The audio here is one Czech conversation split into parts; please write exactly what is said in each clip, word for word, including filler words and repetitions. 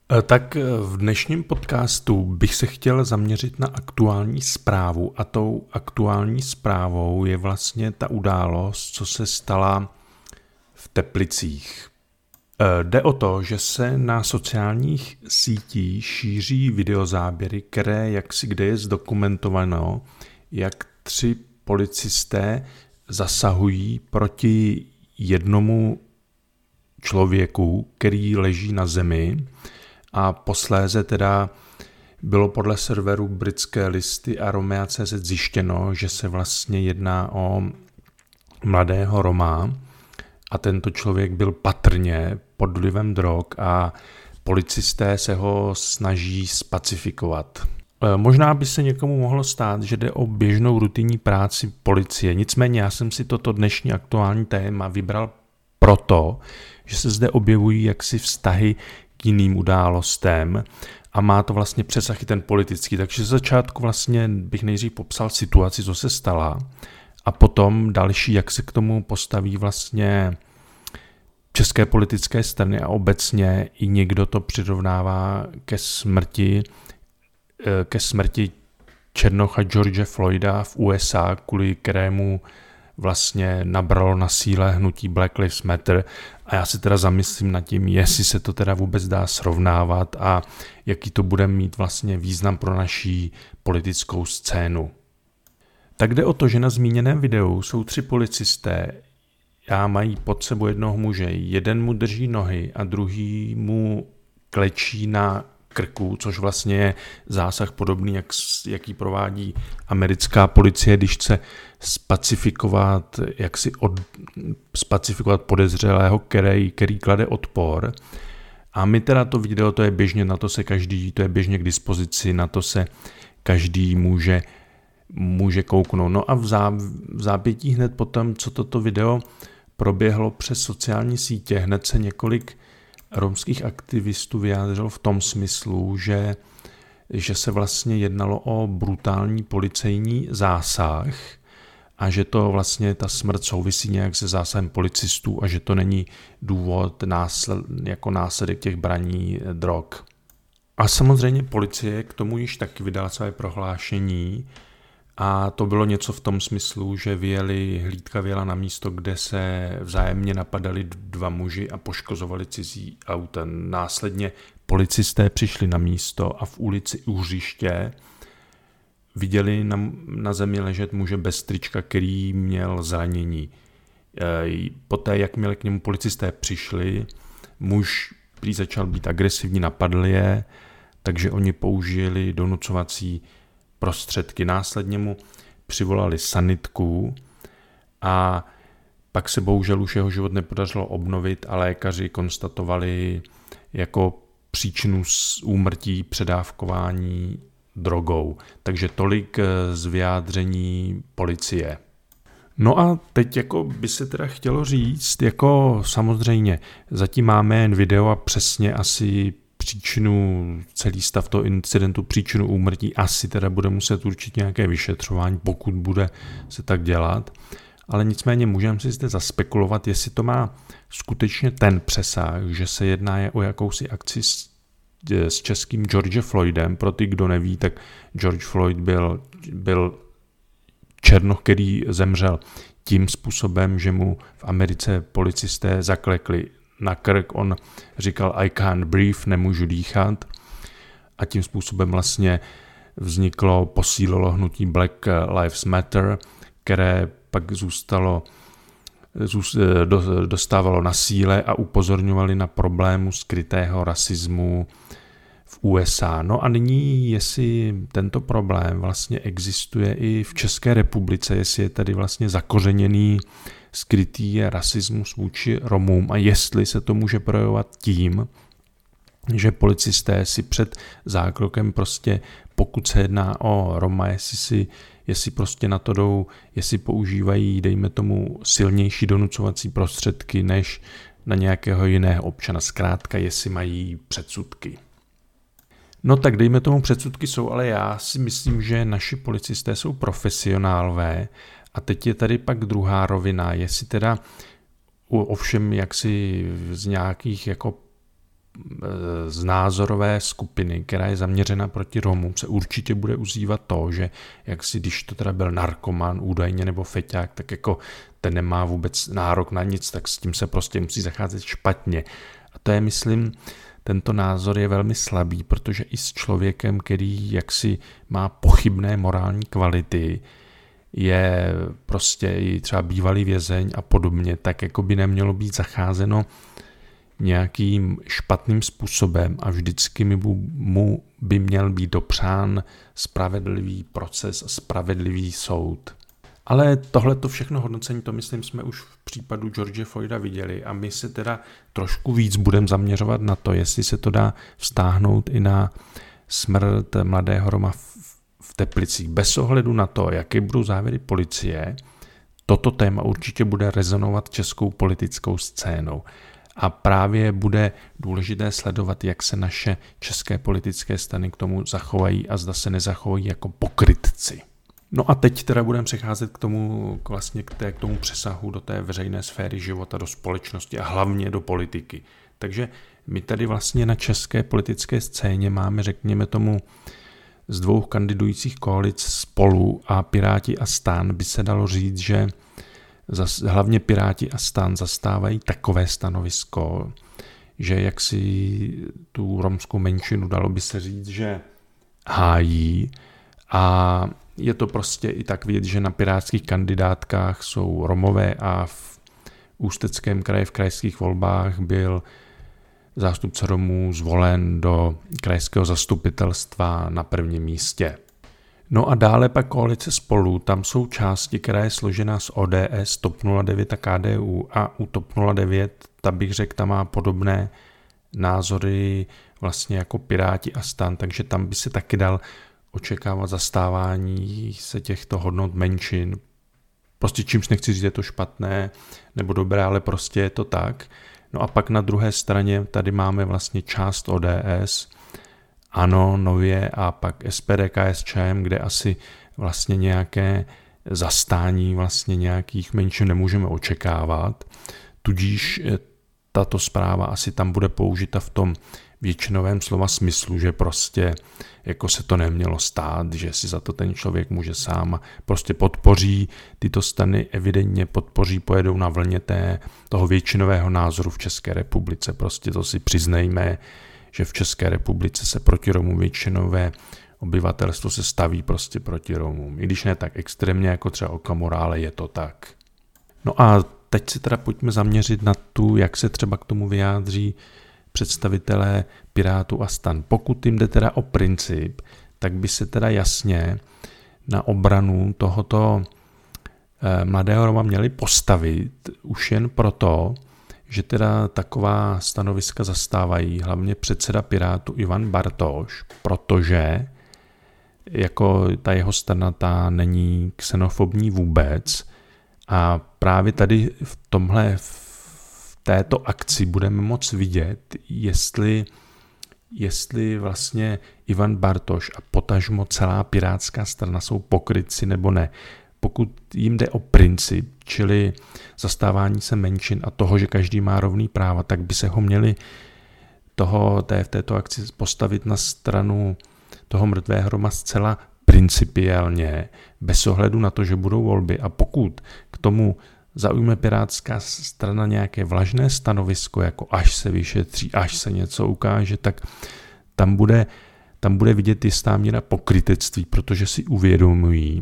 Tak v dnešním podcastu bych se chtěl zaměřit na aktuální zprávu a tou aktuální zprávou je vlastně ta událost, co se stala v Teplicích. Jde o to, že se na sociálních sítích šíří videozáběry, které jaksi kde je zdokumentováno, jak tři policisté zasahují proti jednomu člověku, který leží na zemi, a posléze teda bylo podle serveru Britské listy a Romea tečka cé zet zjištěno, že se vlastně jedná o mladého Roma a tento člověk byl patrně pod vlivem drog a policisté se ho snaží spacifikovat. Možná by se někomu mohlo stát, že jde o běžnou rutinní práci policie, nicméně já jsem si toto dnešní aktuální téma vybral proto, že se zde objevují jaksi vztahy k jiným událostem a má to vlastně přesah i ten politický. Takže z začátku vlastně bych nejdřív popsal situaci, co se stala a potom další, jak se k tomu postaví vlastně české politické strany a obecně i někdo to přirovnává ke smrti, ke smrti černocha George Floyda v U S A, kvůli kterému vlastně nabralo na síle hnutí Black Lives Matter a já se teda zamyslím nad tím, jestli se to teda vůbec dá srovnávat a jaký to bude mít vlastně význam pro naší politickou scénu. Tak jde o to, že na zmíněném videu jsou tři policisté a mají pod sebou jednoho muže. Jeden mu drží nohy a druhý mu klečí na krku, což vlastně je zásah podobný, jak, jaký provádí americká policie, když chce spacifikovat, jak si od, spacifikovat podezřelého, který, který klade odpor. A my teda to video, to je běžně, na to se každý, to je běžně k dispozici, na to se každý může, může kouknout. No a v, zá, v zápětí hned potom, co toto video proběhlo přes sociální sítě, hned se několik romských aktivistů vyjádřil v tom smyslu, že, že se vlastně jednalo o brutální policejní zásah a že to vlastně ta smrt souvisí nějak se zásahem policistů a že to není důvod násled, jako následek těch braní drog. A samozřejmě policie k tomu již taky vydala své prohlášení a to bylo něco v tom smyslu, že vyjeli, hlídka vyjela na místo, kde se vzájemně napadali dva muži a poškozovali cizí auta. Následně policisté přišli na místo a v ulici u hřiště viděli na, na zemi ležet muže bez trička, který měl zranění. Poté, jakmile k němu policisté přišli, muž prý začal být agresivní, napadl je, takže oni použili donucovací prostředky. Následně mu přivolali sanitku a pak se bohužel už jeho život nepodařilo obnovit a lékaři konstatovali jako příčinu úmrtí předávkování drogou. Takže tolik z vyjádření policie. No a teď jako by se teda chtělo říct, jako samozřejmě zatím máme jen video a přesně asi příčinu, celý stav toho incidentu, příčinu úmrtí asi teda bude muset určit nějaké vyšetřování, pokud bude se tak dělat. Ale nicméně můžeme si zde zaspekulovat, jestli to má skutečně ten přesah, že se jedná je o jakousi akci s, s českým George Floydem. Pro ty, kdo neví, tak George Floyd byl, byl černoch, který zemřel tím způsobem, že mu v Americe policisté zaklekli na krk, on říkal I can't breathe, nemůžu dýchat a tím způsobem vlastně vzniklo, posílilo hnutí Black Lives Matter, které pak zůstalo, dostávalo na síle a upozorňovali na problému skrytého rasismu v U S A. No a nyní, jestli tento problém vlastně existuje i v České republice, jestli je tady vlastně zakořeněný skrytý rasismus vůči Romům a jestli se to může projevovat tím, že policisté si před zákrokem prostě, pokud se jedná o Roma, jestli, si, jestli prostě na to jdou, jestli používají, dejme tomu, silnější donucovací prostředky než na nějakého jiného občana. Zkrátka, jestli mají předsudky. No tak dejme tomu, předsudky jsou, ale já si myslím, že naši policisté jsou profesionálové a teď je tady pak druhá rovina, jestli teda ovšem jaksi z nějakých jako z názorové skupiny, která je zaměřena proti Romům, se určitě bude uzývat to, že jak si, když to teda byl narkoman údajně nebo feťák, tak jako ten nemá vůbec nárok na nic, tak s tím se prostě musí zacházet špatně. A to je, myslím, tento názor je velmi slabý, protože i s člověkem, který jaksi má pochybné morální kvality, je prostě i třeba bývalý vězeň a podobně, tak jako by nemělo být zacházeno nějakým špatným způsobem a vždycky mu by měl být dopřán spravedlivý proces a spravedlivý soud. Ale tohleto všechno hodnocení, to myslím, jsme už v případu George Floyda viděli a my se teda trošku víc budeme zaměřovat na to, jestli se to dá vztáhnout i na smrt mladého Roma v Teplicích. Bez ohledu na to, jaké budou závěry policie, toto téma určitě bude rezonovat českou politickou scénou. A právě bude důležité sledovat, jak se naše české politické strany k tomu zachovají a zda se nezachovají jako pokrytci. No a teď teda budeme přecházet k tomu, vlastně k, té, k tomu přesahu do té veřejné sféry života, do společnosti a hlavně do politiky. Takže my tady vlastně na české politické scéně máme, řekněme tomu, z dvou kandidujících koalic Spolu a Piráti a STAN by se dalo říct, že zas, hlavně Piráti a STAN zastávají takové stanovisko, že jak si tu romskou menšinu dalo by se říct, že hájí a je to prostě i tak vidět, že na pirátských kandidátkách jsou Romové a v Ústeckém kraji v krajských volbách byl zástupce Romů zvolen do krajského zastupitelstva na prvním místě. No a dále pak koalice Spolu, tam jsou části, která je složena z O D S, TOP nula devět a K D U a u TOP nula devět, ta bych řekl, tam má podobné názory vlastně jako Piráti a STAN, takže tam by se taky dal očekávat zastávání se těchto hodnot menšin. Prostě čímž nechci říct, je to špatné nebo dobré, ale prostě je to tak. No a pak na druhé straně tady máme vlastně část O D S, ANO, Nově a pak S P D, K S Č M, kde asi vlastně nějaké zastání vlastně nějakých menšin nemůžeme očekávat. Tudíž tato zpráva asi tam bude použita v tom většinovém slova smyslu, že prostě jako se to nemělo stát, že si za to ten člověk může sám, prostě podpoří tyto strany, evidentně podpoří, pojedou na vlně té, toho většinového názoru v České republice. Prostě to si přiznejme, že v České republice se proti Romům většinové obyvatelstvo se staví prostě proti Romům. I když ne tak extrémně jako třeba Okamura, ale je to tak. No a teď se teda pojďme zaměřit na tu, jak se třeba k tomu vyjádří představitelé Pirátů a STAN. Pokud jim jde teda o princip, tak by se teda jasně na obranu tohoto eh, mladého Roma měli postavit už jen proto, že teda taková stanoviska zastávají hlavně předseda Pirátů Ivan Bartoš, protože jako ta jeho strana ta není xenofobní vůbec a právě tady v tomhle v této akci budeme moc vidět, jestli, jestli vlastně Ivan Bartoš a potažmo celá pirátská strana jsou pokrytci nebo ne. Pokud jim jde o princip, čili zastávání se menšin a toho, že každý má rovný práva, tak by se ho měli toho, té, v této akci postavit na stranu toho mrtvého Roma zcela principiálně, bez ohledu na to, že budou volby. A pokud k tomu zaujme pirátská strana nějaké vlažné stanovisko, jako až se vyšetří, až se něco ukáže, tak tam bude, tam bude vidět jistá míra pokrytectví, protože si uvědomují,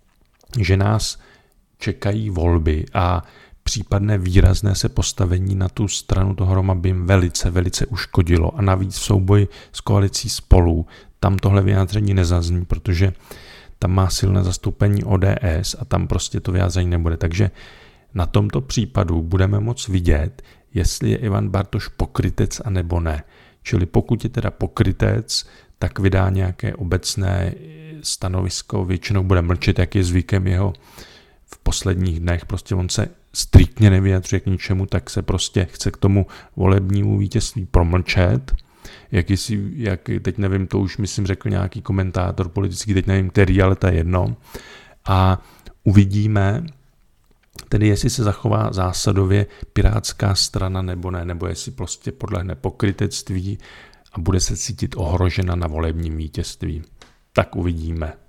že nás čekají volby a případné výrazné se postavení na tu stranu toho Roma by jim velice, velice uškodilo. A navíc v souboji s koalicí Spolu tam tohle vyjádření nezazní, protože tam má silné zastoupení O D S a tam prostě to vyjádření nebude. Takže na tomto případu budeme moct vidět, jestli je Ivan Bartoš pokrytec a nebo ne. Čili pokud je teda pokrytec, tak vydá nějaké obecné stanovisko, většinou bude mlčet, jak je zvykem jeho v posledních dnech, prostě on se striktně nevyjadřuje k ničemu, tak se prostě chce k tomu volebnímu vítězství promlčet. Jak, jsi, jak teď nevím, to už myslím řekl nějaký komentátor politický, teď nevím který, ale to je jedno. A uvidíme, Tedy jestli se zachová zásadově pirátská strana nebo ne, nebo jestli prostě podlehne pokrytectví a bude se cítit ohrožena na volebním vítězství. Tak uvidíme.